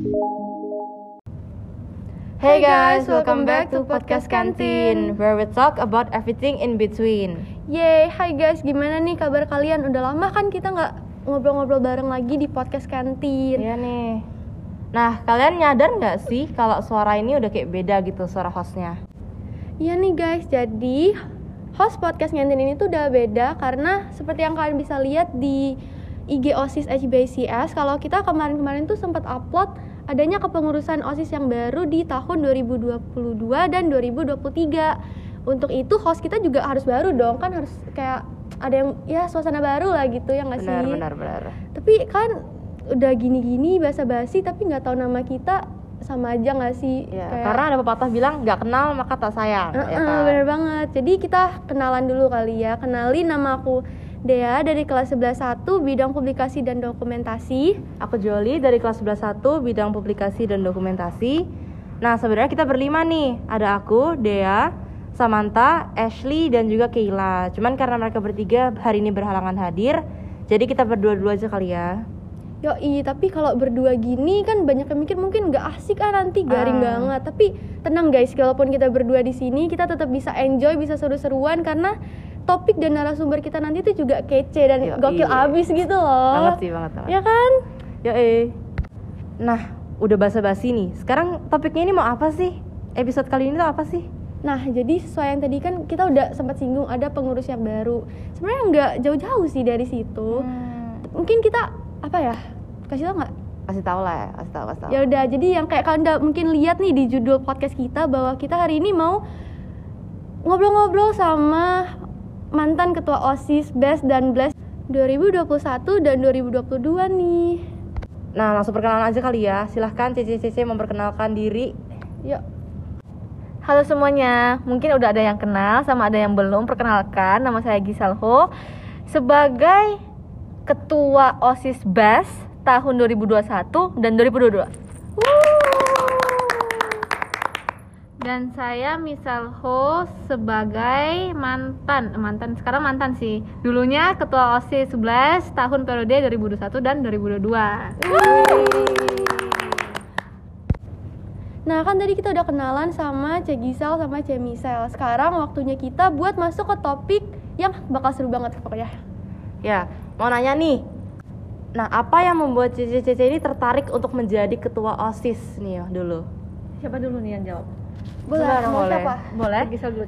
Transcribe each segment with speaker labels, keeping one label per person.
Speaker 1: Hey guys, welcome back to Podcast Kantin, where we talk about everything in between.
Speaker 2: Yeay, hai guys, gimana nih kabar kalian? Udah lama kan kita nggak ngobrol-ngobrol bareng lagi di Podcast Kantin.
Speaker 1: Iya nih. Nah, kalian nyadar nggak sih kalau suara ini udah kayak beda gitu suara hostnya?
Speaker 2: Iya nih guys, jadi host Podcast Kantin ini tuh udah beda karena seperti yang kalian bisa lihat di IG OSIS HBCS, kalau kita kemarin-kemarin tuh sempat upload adanya kepengurusan OSIS yang baru di tahun 2022 dan 2023. Untuk itu host kita juga harus baru dong, kan harus kayak ada yang ya suasana baru lah gitu ya nggak sih?
Speaker 1: Benar.
Speaker 2: Tapi kan udah gini-gini basa-basi tapi nggak tahu nama kita, sama aja nggak sih?
Speaker 1: Ya,
Speaker 2: kayak...
Speaker 1: karena ada pepatah bilang nggak kenal maka tak sayang. Ya kan?
Speaker 2: Bener banget. Jadi kita kenalan dulu kali ya. Kenalin, nama aku Dea dari kelas 11-1 bidang publikasi dan dokumentasi.
Speaker 1: Aku Joli dari kelas 11-1 bidang publikasi dan dokumentasi. Nah, sebenarnya kita berlima nih. Ada aku, Dea, Samantha, Ashley, dan juga Kayla. Cuman karena mereka bertiga hari ini berhalangan hadir, jadi kita berdua-dua aja kali ya.
Speaker 2: Yoi, tapi kalau berdua gini kan banyak yang mikir mungkin nggak asik nanti garing banget. Tapi tenang guys, walaupun kita berdua di sini, kita tetap bisa enjoy, bisa seru-seruan karena topik dan narasumber kita nanti itu juga kece dan gokil abis gitu loh.
Speaker 1: Banget.
Speaker 2: Ya kan?
Speaker 1: Nah, udah basa-basi nih. Sekarang topiknya ini mau apa sih? Episode kali ini tuh apa sih?
Speaker 2: Nah, jadi sesuai yang tadi kan kita udah sempat singgung ada pengurus yang baru. Sebenarnya nggak jauh-jauh sih dari situ. Mungkin kita apa ya? Kasih tau nggak?
Speaker 1: Kasih tahu lah ya, kasih tahu.
Speaker 2: Ya udah, jadi yang kayak kalian udah mungkin lihat nih di judul podcast kita bahwa kita hari ini mau ngobrol-ngobrol sama mantan ketua OSIS, BES dan BLES 2021 dan 2022 nih.
Speaker 1: Nah, langsung perkenalan aja kali ya. Silahkan CC memperkenalkan diri.
Speaker 2: Yuk.
Speaker 3: Halo semuanya, mungkin udah ada yang kenal sama ada yang belum. Perkenalkan, nama saya Gisalho sebagai Ketua OSIS BES tahun 2021 dan 2022. Dan saya Misalho sebagai mantan sekarang mantan sih. Dulunya Ketua OSIS 11 tahun periode 2021 dan 2022.
Speaker 2: Nah, kan tadi kita udah kenalan sama Cek Gisal sama Cek Misel. Sekarang waktunya kita buat masuk ke topik yang bakal seru banget pokoknya.
Speaker 1: Ya, mau nanya nih. Nah, apa yang membuat Cece ini tertarik untuk menjadi ketua OSIS nih dulu?
Speaker 3: Siapa dulu nih yang jawab?
Speaker 1: Boleh.
Speaker 3: Boleh. Cek Gisal dulu.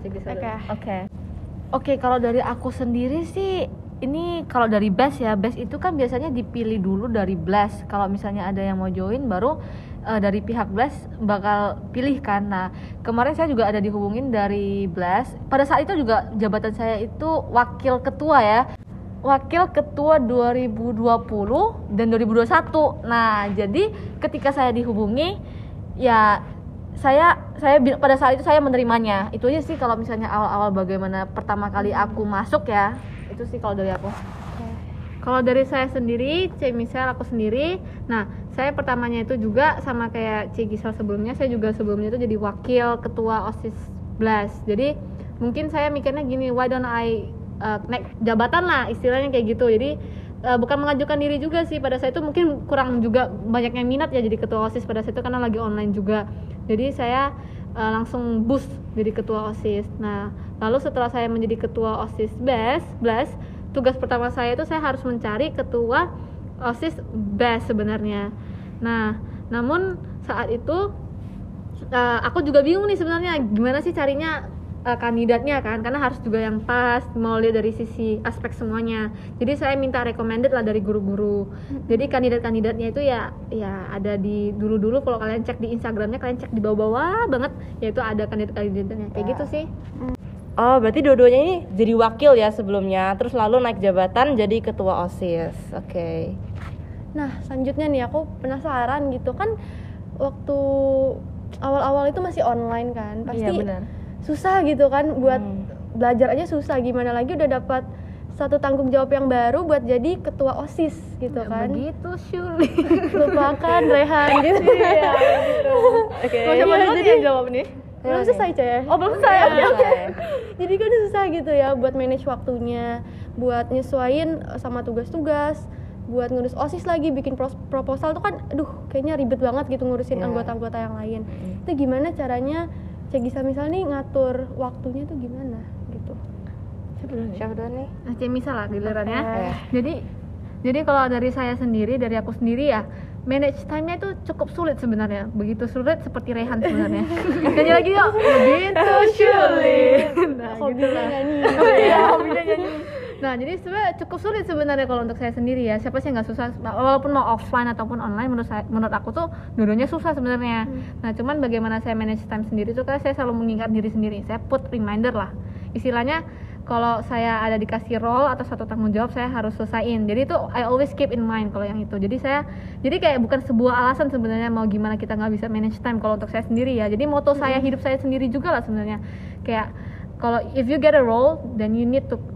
Speaker 3: Oke, kalau dari aku sendiri sih, ini kalau dari BES ya, BES itu kan biasanya dipilih dulu dari BLES. Kalau misalnya ada yang mau join, baru dari pihak BLES bakal pilih kan. Nah, kemarin saya juga ada dihubungin dari BLES. Pada saat itu juga jabatan saya itu wakil ketua ya. Wakil ketua 2020 dan 2021. Nah, jadi ketika saya dihubungi, ya saya pada saat itu saya menerimanya. Itu aja sih kalau misalnya awal-awal bagaimana pertama kali aku masuk ya. Itu sih kalau dari aku. Kalau dari saya sendiri, Cek Misel aku sendiri. Nah, saya pertamanya itu juga sama kayak Cek Gisel sebelumnya, saya juga sebelumnya itu jadi wakil ketua OSIS BLES. Jadi mungkin saya mikirnya gini, why don't I naik jabatan lah istilahnya kayak gitu. Jadi bukan mengajukan diri juga sih, pada saat itu mungkin kurang juga banyak yang minat ya jadi ketua OSIS pada saat itu karena lagi online juga. Jadi saya langsung boost jadi ketua OSIS. Nah, lalu setelah saya menjadi ketua OSIS BLES, tugas pertama saya itu saya harus mencari ketua OSIS BES sebenarnya. Nah, namun saat itu aku juga bingung nih sebenarnya gimana sih carinya kandidatnya kan, karena harus juga yang pas, mau lihat dari sisi aspek semuanya. Jadi saya minta recommended lah dari guru-guru. Jadi kandidat-kandidatnya itu ya ada di dulu kalau kalian cek di Instagramnya, kalian cek di bawah-bawah banget, yaitu ada kandidat-kandidatnya kayak gitu sih.
Speaker 1: Oh, berarti dua-duanya ini jadi wakil ya sebelumnya, terus lalu naik jabatan jadi ketua OSIS. Oke.
Speaker 2: Nah, selanjutnya nih aku penasaran gitu kan, waktu awal-awal itu masih online kan, pasti
Speaker 3: Iya, benar.
Speaker 2: Susah gitu kan buat belajar aja susah, gimana lagi udah dapat satu tanggung jawab yang baru buat jadi ketua OSIS gitu kan.
Speaker 3: Begitu Shirley.
Speaker 2: Lupakan Rehan gitu.
Speaker 3: Iya, gitu.
Speaker 1: Oke.
Speaker 3: Siapa dulu nih yang jawab nih?
Speaker 2: Belum selesai Ceh.
Speaker 3: Oh, belum selesai. Oke.
Speaker 2: Jadi kan susah gitu ya buat manage waktunya, buat nyesuaiin sama tugas-tugas. buat ngurus OSIS lagi, bikin proposal tuh kan aduh kayaknya ribet banget gitu ngurusin anggota-anggota yang lain. Itu gimana caranya Cek Gisa misalnya nih ngatur waktunya tuh gimana gitu?
Speaker 1: Siapa dulu nih?
Speaker 3: Cek Misa lah gilirannya. Jadi kalau dari saya sendiri, dari aku sendiri ya, manage time-nya itu cukup sulit sebenarnya. Begitu sulit seperti Rehan sebenarnya. Nyanyi lagi yuk. Begitu sulit. Nah,
Speaker 2: hobinya nyanyi.
Speaker 3: Iya, hobinya nyanyi. Nah, jadi sebenarnya cukup sulit sebenarnya kalau untuk saya sendiri ya. Siapa sih nggak susah? Walaupun mau offline ataupun online, menurut aku tuh dua-duanya susah sebenarnya. Nah, cuman bagaimana saya manage time sendiri tuh kan saya selalu mengingat diri sendiri. Saya put reminder lah. Istilahnya kalau saya ada dikasih role atau satu tanggung jawab saya harus selesaiin. Jadi itu I always keep in mind kalau yang itu. Jadi kayak bukan sebuah alasan sebenarnya mau gimana kita nggak bisa manage time kalau untuk saya sendiri ya. Jadi moto saya hidup saya sendiri juga lah sebenarnya. Kayak kalau if you get a role then you need to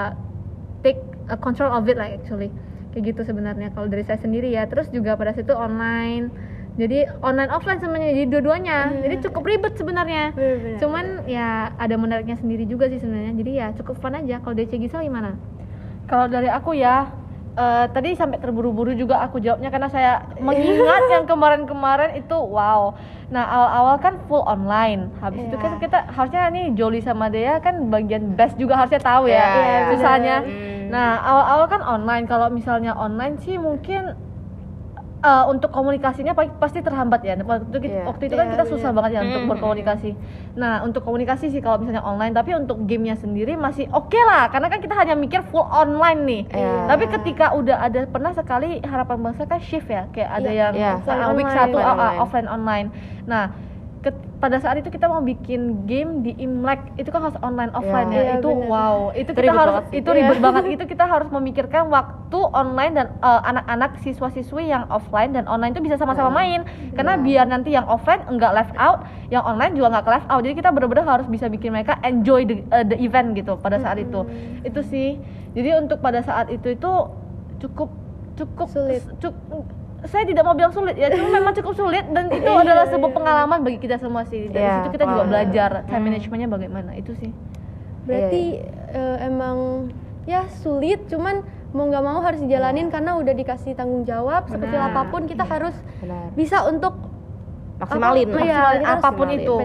Speaker 3: take control of it lah actually. Kayak gitu sebenarnya kalau dari saya sendiri ya. Terus juga pada situ online. Jadi online offline sebenarnya, jadi dua-duanya. Jadi cukup ribet sebenarnya. Cuman ya ada menariknya sendiri juga sih sebenarnya. Jadi ya cukup fun aja. Kalau dari Cek Gisa gimana?
Speaker 4: Kalau dari aku ya, tadi sampai terburu-buru juga aku jawabnya karena saya mengingat yang kemarin-kemarin itu wow. Nah awal-awal kan full online. Habis itu kan kita harusnya nih Joli sama Dea kan bagian best juga harusnya tahu ya susahnya. Nah awal-awal kan online. Kalau misalnya online sih mungkin untuk komunikasinya pasti terhambat ya. Waktu itu kan kita susah banget ya untuk berkomunikasi. Nah untuk komunikasi sih kalau misalnya online, tapi untuk gamenya sendiri masih oke lah, karena kan kita hanya mikir full online nih. Tapi ketika udah ada, pernah sekali Harapan Bangsa kan shift ya, kayak ada yang week 1 offline online. Nah pada saat itu kita mau bikin game di Imlek, itu kan harus online offline itu bener. Wow, itu kita harus ribet banget. Itu kita harus memikirkan waktu online dan anak-anak siswa-siswi yang offline dan online itu bisa sama-sama main, karena biar nanti yang offline enggak left out, yang online juga enggak left out. Jadi kita benar-benar harus bisa bikin mereka enjoy the event gitu pada saat itu sih. Jadi untuk pada saat itu cukup
Speaker 2: sulit.
Speaker 4: Saya tidak mau bilang sulit ya, cuma memang cukup sulit dan itu adalah sebuah pengalaman bagi kita semua sih. Dari situ kita juga belajar time managementnya bagaimana, itu sih.
Speaker 2: Berarti emang ya sulit, cuman mau nggak mau harus dijalanin karena udah dikasih tanggung jawab. Sekecil apapun kita harus bisa untuk
Speaker 1: maksimalin
Speaker 4: apapun itu.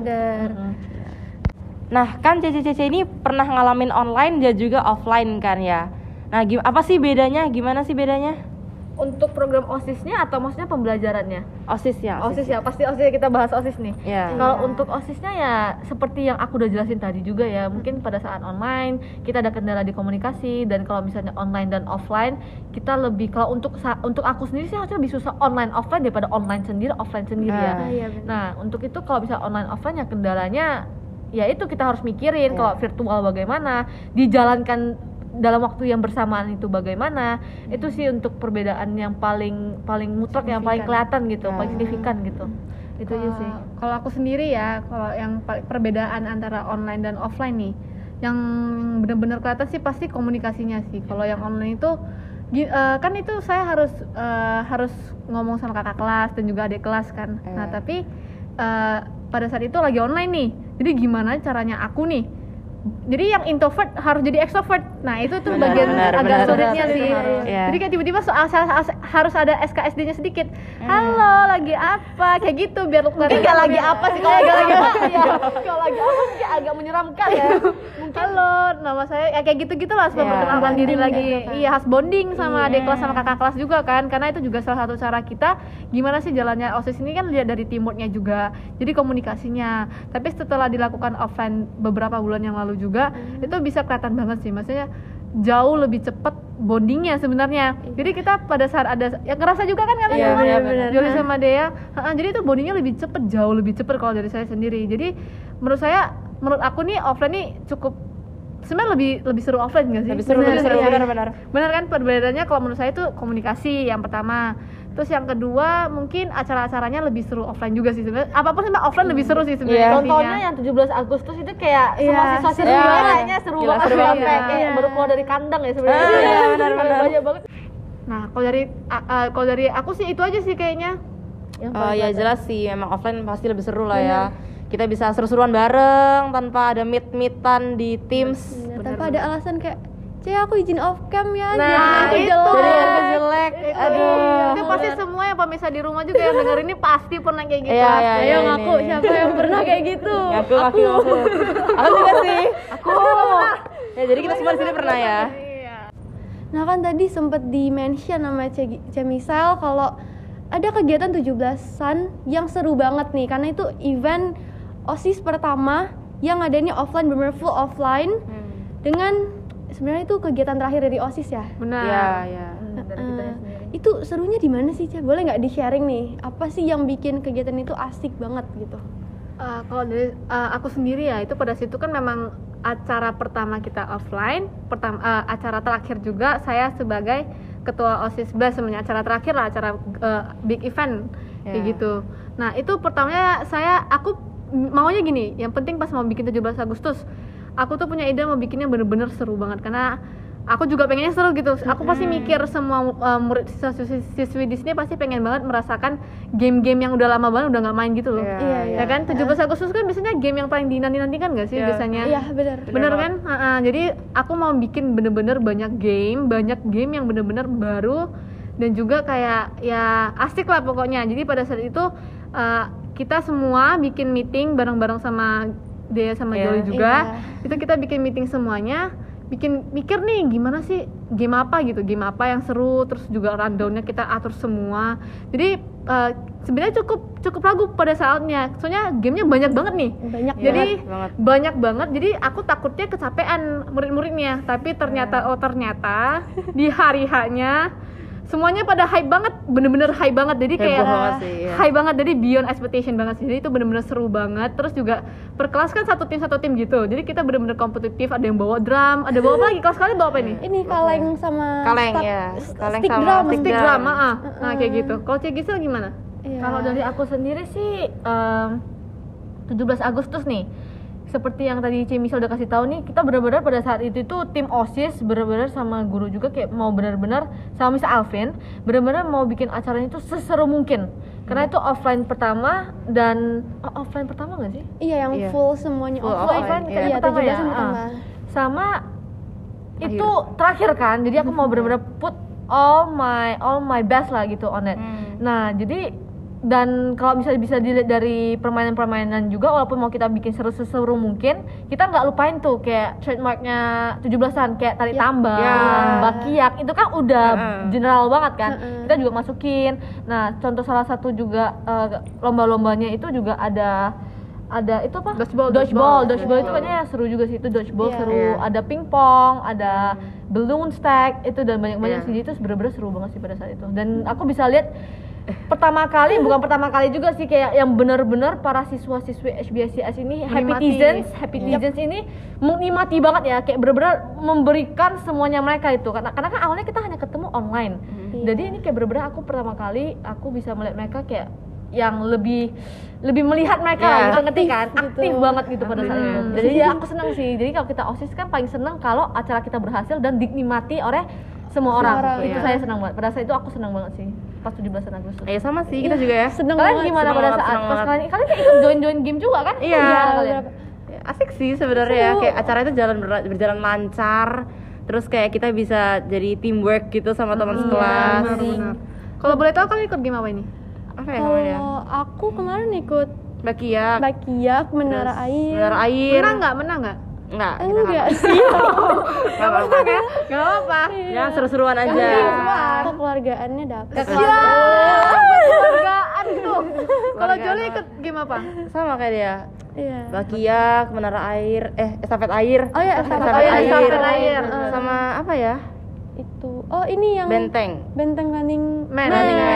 Speaker 1: Nah kan Cece ini pernah ngalamin online dan juga offline kan ya. Nah apa sih bedanya? Gimana sih bedanya?
Speaker 4: Untuk program OSIS-nya atau maksudnya pembelajarannya?
Speaker 1: OSIS ya,
Speaker 4: pasti OSIS, kita bahas OSIS nih. Kalau untuk OSIS-nya ya seperti yang aku udah jelasin tadi juga ya, mungkin pada saat online kita ada kendala di komunikasi, dan kalau misalnya online dan offline kita lebih, kalau untuk aku sendiri sih harusnya lebih susah online offline daripada online sendiri offline sendiri ya. Nah untuk itu kalau bisa online offline ya kendalanya ya itu kita harus mikirin kalau virtual bagaimana, dijalankan dalam waktu yang bersamaan itu bagaimana. Itu sih untuk perbedaan yang paling mutlak, yang paling kelihatan gitu, paling signifikan gitu. Itu aja sih.
Speaker 3: Kalau aku sendiri ya, kalau yang perbedaan antara online dan offline nih, yang benar-benar kelihatan sih pasti komunikasinya sih. Kalau yang online itu kan itu saya harus ngomong sama kakak kelas dan juga adik kelas kan. Nah tapi pada saat itu lagi online nih, jadi gimana caranya aku nih, jadi yang introvert harus jadi extrovert. Nah itu tuh bagian agak sulitnya sih. Jadi kayak tiba-tiba harus ada SKSD-nya sedikit. Halo, lagi apa? Kayak gitu biar lu
Speaker 4: nggak lagi apa sih, kalau lagi apa ya? Kalau lagi apa sih agak menyeramkan ya.
Speaker 3: Halo, nama saya ya kayak gitu-gitu lah, sebelum perkenalan diri lagi. Iya, harus bonding sama adik kelas sama kakak kelas juga kan. Karena itu juga salah satu cara kita gimana sih jalannya OSIS ini kan lihat dari teamworknya juga. Jadi komunikasinya. Tapi setelah dilakukan offline beberapa bulan yang lalu juga itu bisa kelihatan banget sih, maksudnya jauh lebih cepat bondingnya sebenarnya. Jadi kita pada saat ada ya ngerasa juga kan kalian Joli sama Dea, jadi itu bondingnya lebih cepat, jauh lebih cepat kalau dari saya sendiri. Jadi menurut aku nih offline nih cukup sebenarnya lebih seru offline nggak sih?
Speaker 1: Lebih seru,
Speaker 3: benar kan. Perbedaannya kalau menurut saya itu komunikasi yang pertama. Terus yang kedua mungkin acara-acaranya lebih seru offline juga sih sebenarnya. Apapun sih offline lebih seru sih sebenarnya.
Speaker 4: Contohnya yang 17 Agustus itu kayak semua siswa-siswa kayaknya seru banget. Kayak baru keluar dari kandang ya sebenarnya.
Speaker 1: Benar.
Speaker 4: Banyak banget.
Speaker 3: Nah, kalau dari aku sih itu aja sih kayaknya.
Speaker 1: Ya jelas sih, emang offline pasti lebih seru lah ya. Kita bisa seru-seruan bareng tanpa ada meet-meetan di Teams.
Speaker 2: Tanpa ada alasan kayak aku izin off cam ya.
Speaker 1: Nah,
Speaker 2: jadi
Speaker 1: itu
Speaker 2: jelek.
Speaker 1: yang jelek. Aduh.
Speaker 4: Itu pasti semua yang pemirsa di rumah juga yang denger ini pasti pernah kayak gitu.
Speaker 1: Iya, iya,
Speaker 2: Ayo
Speaker 1: iya,
Speaker 2: ngaku
Speaker 1: ini.
Speaker 2: siapa yang pernah kayak gitu?
Speaker 1: Aku. Aku juga sih. Aku. Ya jadi kita semua di sini pernah ya.
Speaker 2: Nah kan tadi sempet di-mention sama Cemisel kalau ada kegiatan 17-an yang seru banget nih karena itu event OSIS pertama yang ngadainnya offline, bener-bener full offline dengan sebenarnya itu kegiatan terakhir dari OSIS ya.
Speaker 4: Benar.
Speaker 1: Iya.
Speaker 4: Dari kitanya sendiri.
Speaker 2: Itu serunya di mana sih, Ca? Boleh nggak di-sharing nih? Apa sih yang bikin kegiatan itu asik banget gitu?
Speaker 4: Kalau dari aku sendiri ya, itu pada situ kan memang acara pertama kita offline, acara terakhir juga saya sebagai ketua OSIS BES, sebenarnya acara terakhir lah, acara big event kayak gitu. Nah itu pertamanya aku maunya gini, yang penting pas mau bikin 17 Agustus aku tuh punya ide mau bikinnya bener-bener seru banget karena aku juga pengennya seru gitu. Aku pasti mikir semua murid siswi di sini pasti pengen banget merasakan game-game yang udah lama banget udah nggak main gitu loh.
Speaker 2: Iya.
Speaker 4: Ya kan 17 Agustus kan biasanya game yang paling dinanti-nantikan nggak sih biasanya?
Speaker 2: Iya
Speaker 4: Bener kan? Jadi aku mau bikin bener-bener banyak game yang bener-bener baru dan juga kayak ya asik lah pokoknya. Jadi pada saat itu kita semua bikin meeting bareng-bareng sama Dea sama Jolly juga. Itu kita bikin meeting semuanya, mikir nih gimana sih game apa yang seru, terus juga rundownnya kita atur semua. Jadi sebenarnya cukup ragu pada saatnya, soalnya gamenya banyak banget nih. Banyak banget. Jadi aku takutnya kecapean murid-muridnya. Tapi ternyata di hari H-nya semuanya pada hype banget, bener-bener hype banget. Jadi kayak hype banget, jadi beyond expectation banget sih. Jadi itu bener-bener seru banget. Terus juga per kelas kan satu tim gitu. Jadi kita bener-bener kompetitif. Ada yang bawa drum, ada bawa apa lagi? Kelas kalian bawa apa ini?
Speaker 2: Ini kaleng sama
Speaker 1: stick
Speaker 2: drum.
Speaker 4: Nah kayak gitu. Kalau Cik Gisel gimana?
Speaker 3: Kalau dari aku sendiri sih 17 Agustus nih, seperti yang tadi Cemisel udah kasih tahu nih, kita benar-benar pada saat itu tuh tim OSIS benar-benar sama guru juga kayak mau benar-benar sama Mr. Alvin benar-benar mau bikin acaranya itu seseru mungkin. Karena itu offline pertama dan offline pertama nggak sih?
Speaker 2: Iya, yang full semuanya offline.
Speaker 3: Iya,
Speaker 2: 17 pertama.
Speaker 3: Sama itu terakhir kan. Jadi aku mau benar-benar put all my best lah gitu on it. Nah, jadi dan kalau misalnya bisa dilihat dari permainan-permainan juga, walaupun mau kita bikin seru mungkin, kita nggak lupain tuh kayak trademarknya 17-an kayak tali tambang, bakiak, itu kan udah general banget kan. Kita juga masukin. Nah, contoh salah satu juga lomba-lombanya itu juga ada itu apa? Dodgeball itu kayaknya seru juga sih, itu dodgeball seru. Ada pingpong, ada balloon stack itu dan banyak sih. Itu bener-bener seru banget sih pada saat itu. Dan aku bisa lihat bukan pertama kali juga sih kayak yang benar-benar para siswa-siswi HBCS ini happy citizens ini menikmati banget ya, kayak benar-benar memberikan semuanya mereka itu karena kan awalnya kita hanya ketemu online. Jadi ini kayak benar-benar aku pertama kali aku bisa melihat mereka kayak yang lebih melihat mereka gitu, ngerti kan, aktif banget gitu pada saat itu. Jadi ya aku senang sih. Jadi kalau kita OSIS kan paling senang kalau acara kita berhasil dan dinikmati oleh semua orang. Itu saya senang banget. Pada saat itu aku senang banget sih pas 17 Agustus.
Speaker 1: Iya sama sih, kita juga ya.
Speaker 3: Kalian gimana pada saat pas kalian kayak ikut join game juga kan?
Speaker 1: Iya. Asik sih sebenarnya ya, kayak acara itu berjalan lancar. Terus kayak kita bisa jadi teamwork gitu sama teman sekelas.
Speaker 4: Kalau boleh tahu kalian ikut game apa ini?
Speaker 1: Apa ya namanya?
Speaker 2: Kalau aku kemarin ikut
Speaker 1: Bakiak,
Speaker 2: Menara Air.
Speaker 4: Menang nggak?
Speaker 2: Enggak sih.
Speaker 1: Gak apa-apa. Ya seru-seruan aja.
Speaker 2: Kekeluargaannya dapet.
Speaker 4: Kekeluargaan tuh. Kalau Jolly ikut game apa?
Speaker 1: Sama kayak dia.
Speaker 2: Iya.
Speaker 1: Bakiak, Menara Air, estafet air.
Speaker 2: Oh iya,
Speaker 1: estafet air. Sama apa ya?
Speaker 2: Itu. Oh, ini yang
Speaker 1: Benteng
Speaker 2: Running Man.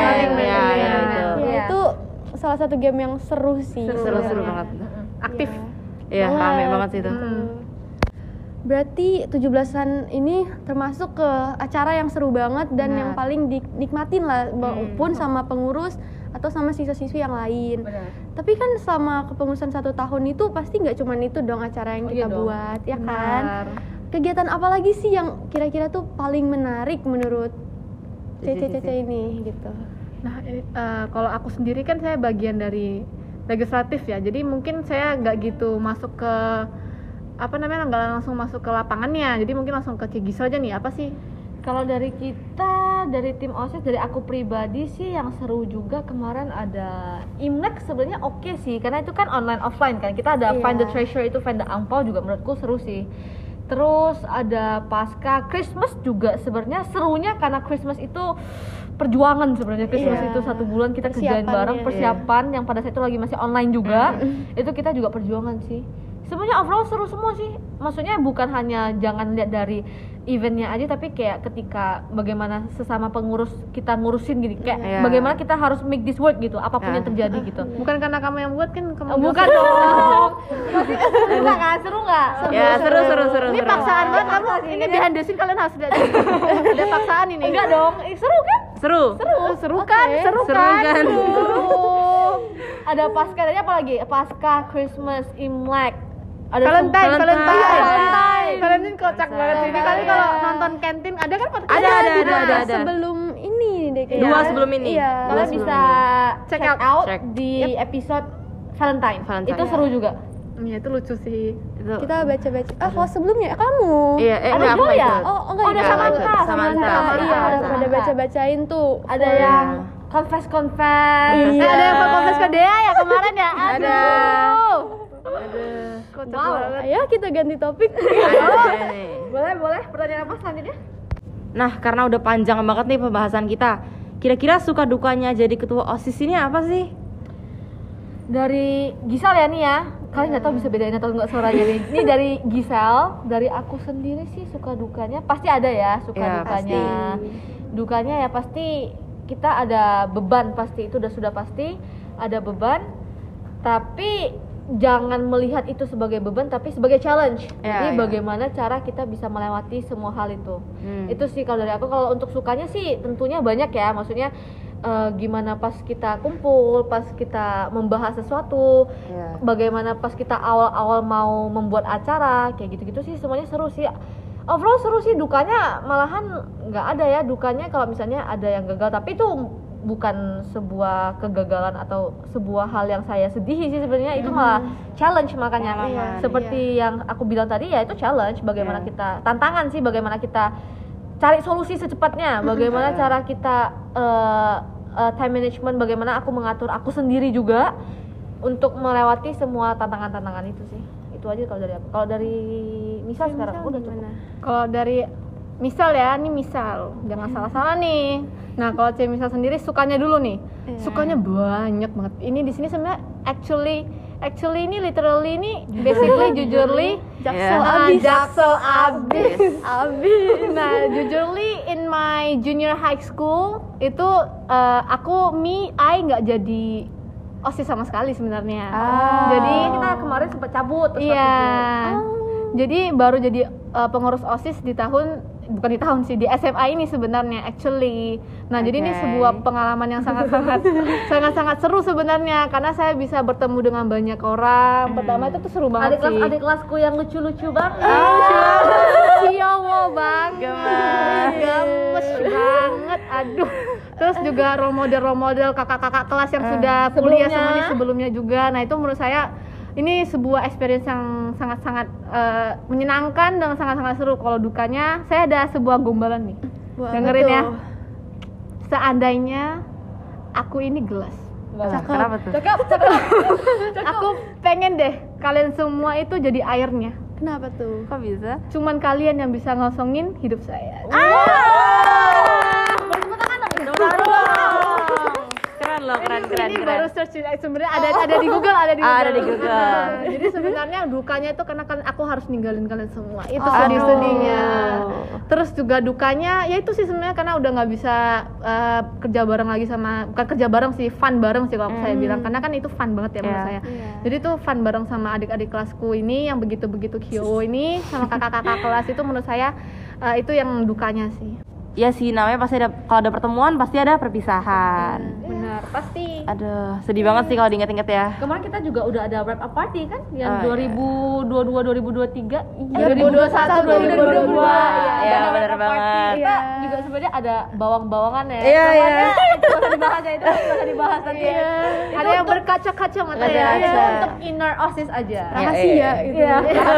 Speaker 1: Ya,
Speaker 2: itu salah satu game yang seru sih.
Speaker 1: Seru banget.
Speaker 4: Aktif.
Speaker 1: Iya, rame banget sih itu.
Speaker 2: Berarti 17-an ini termasuk ke acara yang seru banget dan yang paling dinikmatin lah maupun sama pengurus atau sama siswa-siswi yang lain. Tapi kan selama kepengurusan 1 tahun itu pasti nggak cuma itu dong acara yang kita buat, ya kan? Kegiatan apa lagi sih yang kira-kira tuh paling menarik menurut Cece ini gitu?
Speaker 4: Nah, kalau aku sendiri kan saya bagian dari legislatif ya, jadi mungkin saya nggak gitu masuk ke nggak langsung masuk ke lapangannya. Jadi mungkin langsung ke Cigiso aja nih, apa sih?
Speaker 3: Kalau dari kita, dari tim OSIS, dari aku pribadi sih yang seru juga kemarin ada Imlek sebenarnya oke sih, karena itu kan online offline kan. Kita ada Find the Treasure, itu find the angpau juga menurutku seru sih. Terus ada pasca Christmas juga sebenarnya serunya karena Christmas itu perjuangan sebenarnya. Christmas itu 1 bulan kita kerjain bareng, persiapan yang pada saat itu lagi masih online juga. Itu kita juga perjuangan sih. Sebenarnya overall seru semua sih. Maksudnya bukan hanya jangan lihat dari eventnya aja, tapi kayak ketika bagaimana sesama pengurus kita ngurusin gini, kayak bagaimana kita harus make this work gitu, apapun yang terjadi gitu.
Speaker 4: Bukan karena kamu yang buat kan, kamu
Speaker 3: bukan dong. Seru nggak? Seru nggak?
Speaker 1: Ya seru.
Speaker 4: Ini paksaan banget kamu. Ini behind the scene kalian harus lihat. Ada paksaan ini.
Speaker 3: Enggak dong. Seru kan?
Speaker 1: Seru kan?
Speaker 3: Ada pasca, tadi apa lagi? Pasca, Christmas, Imlek. Ada
Speaker 4: Valentine.
Speaker 3: Valentine
Speaker 4: Kocak banget ini. Kali kalau nonton kantin ada kan podcast?
Speaker 1: Ada.
Speaker 2: Sebelum ini deh kayaknya.
Speaker 1: 2 sebelum ini.
Speaker 3: Kalian bisa check out di episode Valentine. Itu seru juga.
Speaker 4: Iya, itu lucu sih.
Speaker 1: Itu.
Speaker 2: Kita baca-baca. Kalau sebelumnya kamu.
Speaker 1: Iya,
Speaker 3: ada
Speaker 1: aku
Speaker 3: juga ya?
Speaker 1: ikut.
Speaker 2: Oh, enggak.
Speaker 3: Ada Samantha.
Speaker 2: Iya, pada baca-bacain tuh.
Speaker 3: Ada yang confess.
Speaker 2: Iya.
Speaker 4: Ada yang confess ke Dea ya kemarin ya?
Speaker 1: Ada.
Speaker 4: Kocak banget.
Speaker 2: Ayo kita ganti topik.
Speaker 3: Boleh. Pertanyaan apa selanjutnya?
Speaker 1: Nah, karena udah panjang banget nih pembahasan kita. Kira-kira suka dukanya jadi ketua OSIS ini apa sih?
Speaker 3: Dari Gisel ya nih ya. Kalian nggak tahu bisa bedain atau nggak suaranya nih. Ini dari Gisel, dari aku sendiri sih suka dukanya pasti ada ya, dukanya. Pasti. Dukanya ya pasti kita ada beban, pasti itu sudah pasti ada beban. Tapi jangan melihat itu sebagai beban, tapi sebagai challenge. Jadi bagaimana cara kita bisa melewati semua hal itu. Itu sih kalau dari aku. Kalau untuk sukanya sih tentunya banyak ya. Maksudnya gimana pas kita kumpul, pas kita membahas sesuatu, bagaimana pas kita awal-awal mau membuat acara, kayak gitu-gitu sih semuanya seru sih. Overall seru sih. Dukanya malahan nggak ada ya. Dukanya kalau misalnya ada yang gagal, tapi itu bukan sebuah kegagalan atau sebuah hal yang saya sedihi sih sebenarnya. Itu malah challenge makanya. Seperti yang aku bilang tadi ya, itu challenge. Bagaimana kita, tantangan sih, bagaimana kita cari solusi secepatnya, bagaimana cara kita time management, bagaimana aku mengatur aku sendiri juga untuk melewati semua tantangan-tantangan itu sih. Itu aja kalau dari aku. Kalau dari misal sekarang udah cukup.
Speaker 4: Kalau dari misal ya, ini misal, jangan salah-salah nih. Nah, kalau C misal sendiri sukanya dulu nih. Sukanya banyak banget. Ini di sini sebenarnya actually ini literally ini basically jujurly jaksel abis. Nah, jujurly in my junior high school itu I nggak jadi OSIS sama sekali sebenarnya. Jadi
Speaker 3: kita kemarin sempat cabut.
Speaker 4: Jadi baru jadi pengurus OSIS bukan di tahun sih, di SMA ini sebenarnya actually. Nah, jadi ini sebuah pengalaman yang sangat seru sebenarnya, karena saya bisa bertemu dengan banyak orang. Pertama itu tuh seru banget sih.
Speaker 3: Adik kelasku yang lucu-lucu banget.
Speaker 4: Ciowo banget. Gemes banget. Aduh. Terus juga role model kakak-kakak kelas yang sudah kuliah semuanya sebelumnya juga. Nah, itu menurut saya ini sebuah experience yang sangat-sangat menyenangkan dan sangat-sangat seru. Kalau dukanya, saya ada sebuah gombalan nih. Dengerin ya. Seandainya aku ini gelas.
Speaker 1: Kenapa tuh?
Speaker 3: Cakep.
Speaker 4: Aku pengen deh kalian semua itu jadi airnya.
Speaker 2: Kenapa tuh?
Speaker 1: Kok bisa?
Speaker 4: Cuman kalian yang bisa ngosongin hidup saya.
Speaker 1: Keren.
Speaker 4: Ini baru search sebenarnya ada di Google, ada di Google. Jadi sebenarnya dukanya itu karena kan aku harus ninggalin kalian semua. Itu sedih-sedihnya. Terus juga dukanya ya itu sih sebenarnya karena udah nggak bisa kerja bareng lagi bukan kerja bareng sih, fun bareng sih kalau saya bilang, karena kan itu fun banget ya menurut saya. Jadi tuh fun bareng sama adik-adik kelasku ini yang begitu-begitu kyo ini sama kakak-kakak kelas itu menurut saya itu yang dukanya sih.
Speaker 1: Ya sih, namanya pasti kalau ada pertemuan pasti ada perpisahan.
Speaker 4: Benar.
Speaker 3: benar pasti.
Speaker 1: Aduh, sedih banget sih kalau diinget-inget ya.
Speaker 3: Kemarin kita juga udah ada wrap up party kan yang 2022 2023
Speaker 2: 2021 2022
Speaker 1: ya benar banget.
Speaker 3: kita juga sebenarnya ada bawang-bawangan ya.
Speaker 1: Iya.
Speaker 3: Itu nggak usah dibahas ya, itu nggak usah dibahas nanti ya. Ada yang berkaca-kaca mata ya. Itu untuk inner OSIS aja.
Speaker 2: Rahasia gitu.
Speaker 3: Iya.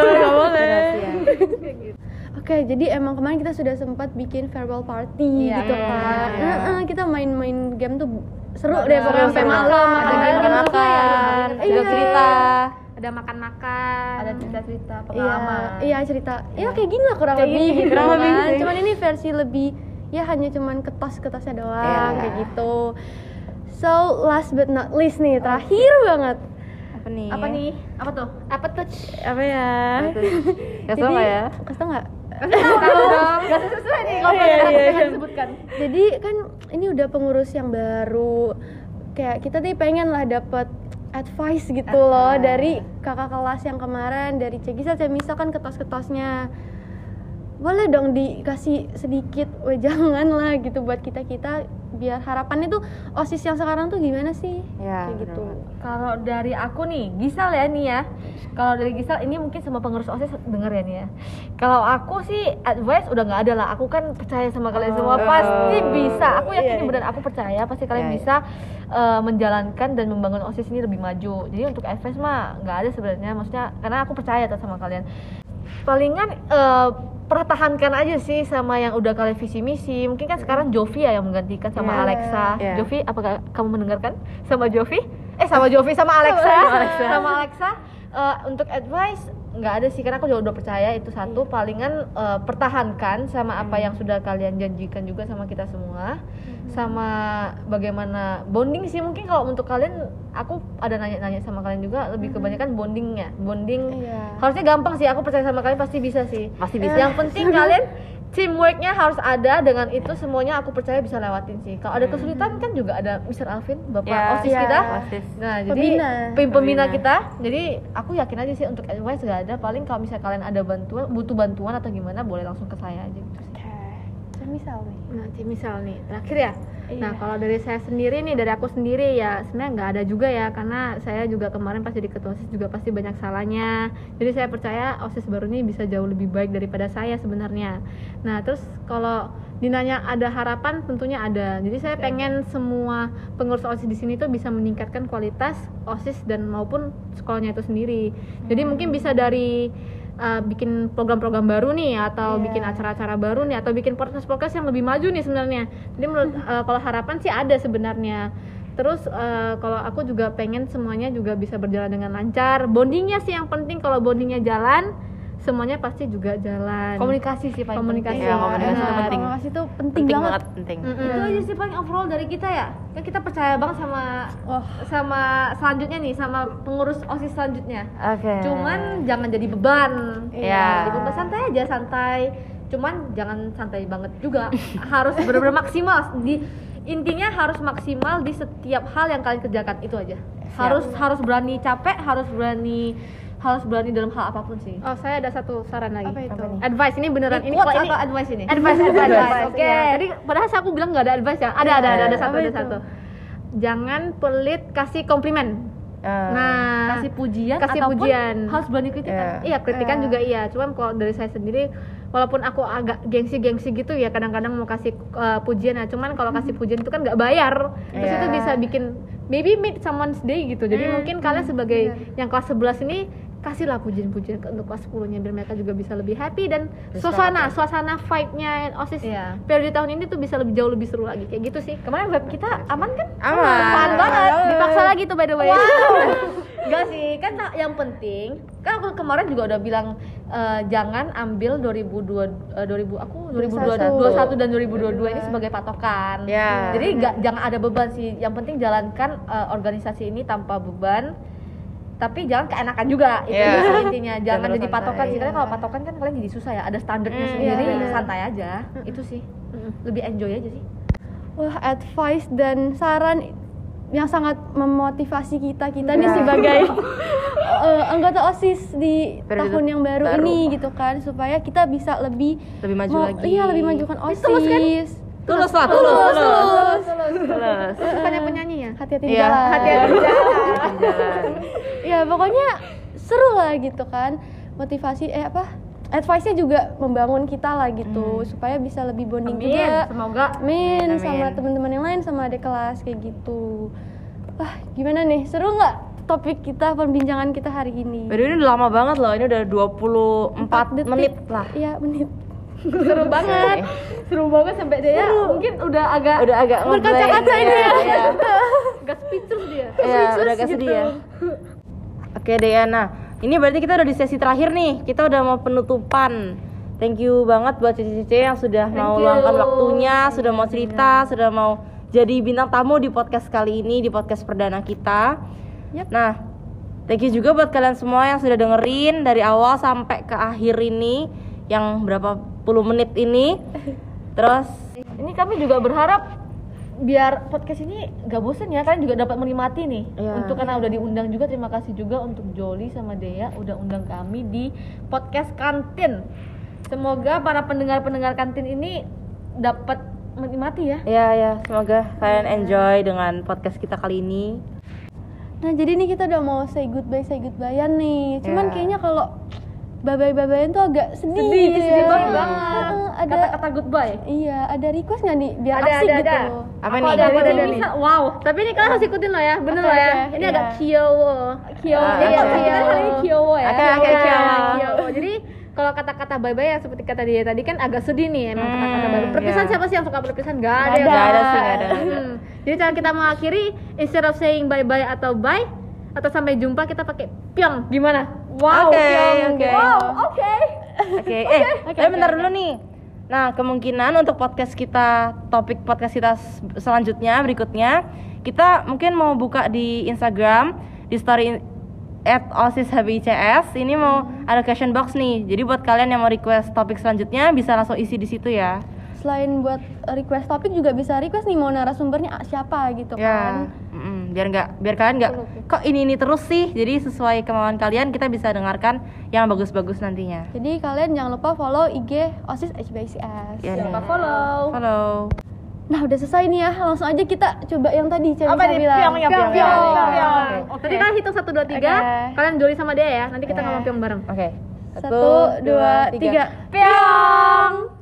Speaker 2: Oke, jadi emang kemarin kita sudah sempat bikin farewell party gitu kan. Kita main-main game tuh seru deh pokoknya sampai malam,
Speaker 1: makan, juga cerita.
Speaker 3: Ada makan-makan, ada cerita-cerita pengalaman.
Speaker 2: Iya, cerita. Ya kayak gini lah kurang lebih gitu kan. Cuman ini versi lebih ya hanya cuman ketas-ketasnya doang kayak gitu. So, last but not least nih, terakhir banget.
Speaker 1: Apa nih?
Speaker 3: Apa tuh?
Speaker 2: Apa ya?
Speaker 1: Kasih tau nggak ya?
Speaker 2: Kasih tau nggak?
Speaker 3: Gak sesuai nih kalau kita sebutkan.
Speaker 2: Jadi kan ini udah pengurus yang baru. Kayak kita nih pengen lah dapet advice gitu loh dari kakak kelas yang kemarin, dari Cegisa, Cemisa kan ketos-ketosnya. Boleh dong dikasih sedikit wejangan lah gitu buat kita-kita biar harapannya tuh OSIS yang sekarang tuh gimana sih?
Speaker 1: Ya,
Speaker 2: kayak gitu.
Speaker 3: Kalau dari aku nih, Gisal ya nih ya. Kalau dari Gisal ini mungkin semua pengurus OSIS denger ya nih ya. Kalau aku sih advice udah nggak ada lah. Aku kan percaya sama kalian semua pasti bisa. Aku yakin benar, aku percaya pasti kalian bisa menjalankan dan membangun OSIS ini lebih maju. Jadi untuk advice mah nggak ada sebenarnya. Maksudnya karena aku percaya tuh sama kalian. Palingan pertahankan aja sih sama yang udah kalian visi misi. Mungkin kan sekarang Jovi ya yang menggantikan sama Alexa. Jovi, apakah kamu mendengarkan? Sama Alexa. Sama Alexa. Untuk advice nggak ada sih, karena aku juga udah percaya itu satu. Palingan pertahankan sama apa yang sudah kalian janjikan juga sama kita semua. Sama bagaimana bonding sih, mungkin kalau untuk kalian aku ada nanya-nanya sama kalian juga, lebih kebanyakan bonding harusnya gampang sih, aku percaya sama kalian pasti bisa sih, pasti bisa. Yang penting kalian teamworknya harus ada, dengan itu semuanya aku percaya bisa lewatin sih. Kalau ada kesulitan kan juga ada Mr. Alvin, Bapak OSIS kita. Nah, jadi pembina kita. Jadi aku yakin aja sih untuk advice gak ada. Paling kalau misalnya kalian ada butuh bantuan atau gimana, boleh langsung ke saya aja gitu sih.
Speaker 4: Misal nih terakhir ya. Nah, kalau dari saya sendiri nih, dari aku sendiri ya sebenarnya nggak ada juga ya, karena saya juga kemarin pas jadi ketua OSIS juga pasti banyak salahnya. Jadi saya percaya OSIS baru ini bisa jauh lebih baik daripada saya sebenarnya. Nah, terus kalau dinanya ada harapan, tentunya ada. Jadi saya pengen semua pengurus OSIS di sini tuh bisa meningkatkan kualitas OSIS dan maupun sekolahnya itu sendiri. Jadi mungkin bisa dari bikin program-program baru nih, atau bikin acara-acara baru nih, atau bikin podcast-podcast yang lebih maju nih sebenarnya. Jadi menurut kalau harapan sih ada sebenarnya. Terus kalau aku juga pengen semuanya juga bisa berjalan dengan lancar. Bondingnya sih yang penting, kalau bondingnya jalan, semuanya pasti juga jalan.
Speaker 3: Komunikasi sih paling
Speaker 4: komunikasi.
Speaker 3: penting.
Speaker 1: Komunikasi itu penting.
Speaker 2: Komunikasi itu penting banget.
Speaker 3: Itu aja sih paling overall dari kita ya. Kan kita percaya banget sama selanjutnya nih, sama pengurus OSIS selanjutnya.
Speaker 1: Oke.
Speaker 3: Cuman jangan jadi beban.
Speaker 1: Iya.
Speaker 3: Jadi beban, santai aja, santai. Cuman jangan santai banget juga. Harus benar-benar maksimal. Intinya harus maksimal di setiap hal yang kalian kerjakan, itu aja. Harus berani capek, harus berani dalam hal apapun sih.
Speaker 4: Oh, saya ada satu saran lagi.
Speaker 2: Apa itu?
Speaker 4: Advice ini beneran ini
Speaker 3: quotes
Speaker 4: kalau ini
Speaker 3: atau advice ini?
Speaker 4: Advice.
Speaker 3: Oke.
Speaker 4: Ya. Jadi padahal aku bilang nggak ada advice ya. Ada satu. Jangan pelit kasih komplimen. Nah,
Speaker 3: kasih pujian
Speaker 4: ataupun
Speaker 3: pujian. Harus berani kritikan.
Speaker 4: Iya, kritikan juga iya. Cuman kalau dari saya sendiri, walaupun aku agak gengsi gitu ya, kadang-kadang mau kasih pujian ya. Cuman kalau kasih pujian itu kan nggak bayar. Terus itu bisa bikin maybe make someone's day gitu. Jadi mungkin kalian sebagai yang kelas 11 ini kasihlah pujian-pujian untuk kelas 10-nya biar mereka juga bisa lebih happy, dan suasana vibe-nya OSIS periode tahun ini tuh bisa jauh lebih seru lagi kayak gitu sih.
Speaker 3: Kemarin web kita aman kan?
Speaker 1: Aman
Speaker 3: banget.
Speaker 4: Dipaksa lagi tuh by the way.
Speaker 3: Enggak sih, kan yang penting kan aku kemarin juga udah bilang jangan ambil 2021 dan 2022 ini sebagai patokan. Jadi jangan ada beban sih. Yang penting jalankan organisasi ini tanpa beban. Tapi jangan keenakan juga, itu intinya. Jangan jadi patokan sih, karena kalau patokan kan kalian jadi susah ya, ada standarnya sendiri. Santai aja, itu sih lebih enjoy aja sih.
Speaker 2: Wah, advice dan saran yang sangat memotivasi kita nih sebagai anggota OSIS di tahun yang baru ini gitu kan, supaya kita bisa lebih
Speaker 1: maju lagi.
Speaker 2: Iya, lebih majukan OSIS.
Speaker 1: Tulus.
Speaker 3: Bukannya penyanyi ya?
Speaker 2: Hati-hati di
Speaker 1: Iya,
Speaker 2: jalan.
Speaker 3: Hati-hati di jalan.
Speaker 2: Ya pokoknya seru lah gitu kan. Motivasi advice-nya juga membangun kita lah gitu supaya bisa lebih bonding
Speaker 3: Amin,
Speaker 2: juga.
Speaker 3: semoga.
Speaker 2: Amin,
Speaker 1: Amin.
Speaker 2: sama teman-teman yang lain, sama adik kelas kayak gitu. Wah, gimana nih? Seru nggak topik kita, perbincangan kita hari ini?
Speaker 1: Baru ini udah lama banget loh, ini udah 24 menit lah.
Speaker 2: Iya, menit.
Speaker 3: Seru banget. Seru banget sampai dia mungkin udah agak
Speaker 2: Berkaca-kaca ini ya.
Speaker 1: Iya.
Speaker 3: agak speechless dia.
Speaker 1: Iya, udah agak sedih ya. Oke deh, nah ini berarti kita udah di sesi terakhir nih. Kita udah mau penutupan. Thank you banget buat Cici yang sudah mau luangkan waktunya, sudah mau cerita, sudah mau jadi bintang tamu di podcast kali ini, di podcast perdana kita.
Speaker 2: Yep.
Speaker 1: Nah, thank you juga buat kalian semua yang sudah dengerin dari awal sampai ke akhir ini, yang berapa puluh menit ini. Terus
Speaker 3: Ini kami juga berharap biar podcast ini gak bosen ya, kalian juga dapat menikmati nih.
Speaker 1: Iya.
Speaker 3: Untuk karena udah diundang juga, terima kasih juga untuk Joli sama Dea udah undang kami di podcast kantin. Semoga para pendengar kantin ini dapat menikmati ya.
Speaker 1: ya semoga kalian enjoy dengan podcast kita kali ini.
Speaker 2: Nah, jadi nih kita udah mau say goodbye-an nih. Cuman
Speaker 1: Ya.
Speaker 2: kayaknya kalau bye-bye-bye-byan tuh agak sedih gitu
Speaker 3: sedih
Speaker 2: ya.
Speaker 3: banget.
Speaker 2: Ada
Speaker 3: Kata-kata goodbye.
Speaker 2: Iya, ada request nggak nih biar
Speaker 3: Ada,
Speaker 2: asik
Speaker 3: ada.
Speaker 2: gitu.
Speaker 1: Apa
Speaker 3: Aku
Speaker 1: nih?
Speaker 3: ada
Speaker 2: Apa
Speaker 3: nih.
Speaker 2: nih?
Speaker 3: Wow. Tapi ini kalian harus ikutin loh ya, bener
Speaker 2: Oke,
Speaker 3: loh ya.
Speaker 2: oke.
Speaker 3: Ini
Speaker 2: Iya.
Speaker 3: agak Kyowo.
Speaker 2: Kyowo.
Speaker 3: Iya,
Speaker 1: Oke.
Speaker 3: kita hari ini Kyowo ya.
Speaker 1: Oke,
Speaker 3: Iya,
Speaker 1: Kyowo.
Speaker 3: Kyowo. Jadi kalau kata-kata bye-bye yang seperti kata dia tadi kan agak sedih nih emang kata-kata bye-bye. Perpisahan
Speaker 1: iya.
Speaker 3: siapa sih yang suka perpisahan? Gak ada.
Speaker 2: Nggak
Speaker 3: ya,
Speaker 1: Gak ada
Speaker 3: Kak?
Speaker 1: sih, gak ada.
Speaker 3: Jadi cara kita mengakhiri, instead of saying bye-bye atau bye atau sampai jumpa, kita pakai pyong. Gimana? Wow.
Speaker 1: Oke,
Speaker 3: pyong.
Speaker 1: oke.
Speaker 3: Wow, oke.
Speaker 1: Oke, tapi bentar dulu nih. Nah, kemungkinan untuk topik podcast kita selanjutnya, berikutnya, kita mungkin mau buka di Instagram, di story @OSISHBICS. Ini mau ada question box nih. Jadi buat kalian yang mau request topik selanjutnya, bisa langsung isi di situ ya.
Speaker 2: Selain buat request topik juga bisa request nih mau narasumbernya siapa gitu kan.
Speaker 1: Biar kalian nggak kok ini terus sih. Jadi sesuai kemauan kalian, kita bisa dengarkan yang bagus-bagus nantinya.
Speaker 2: Jadi kalian jangan lupa follow IG OSIS HBICS.
Speaker 1: Ya,
Speaker 3: Lupa
Speaker 1: nih.
Speaker 3: follow.
Speaker 2: Nah, udah selesai nih ya. Langsung aja kita coba yang tadi
Speaker 3: Apa nih?
Speaker 2: bilang.
Speaker 3: Pyong ya, pyong.
Speaker 1: Pyong.
Speaker 3: Tadi kan hitung 1 2 3.
Speaker 2: Oke.
Speaker 3: Kalian Joli sama dia ya. Nanti kita
Speaker 2: Oke.
Speaker 3: ngomong pyong bareng.
Speaker 1: Oke.
Speaker 2: 1, 2, 3.
Speaker 3: Pyong.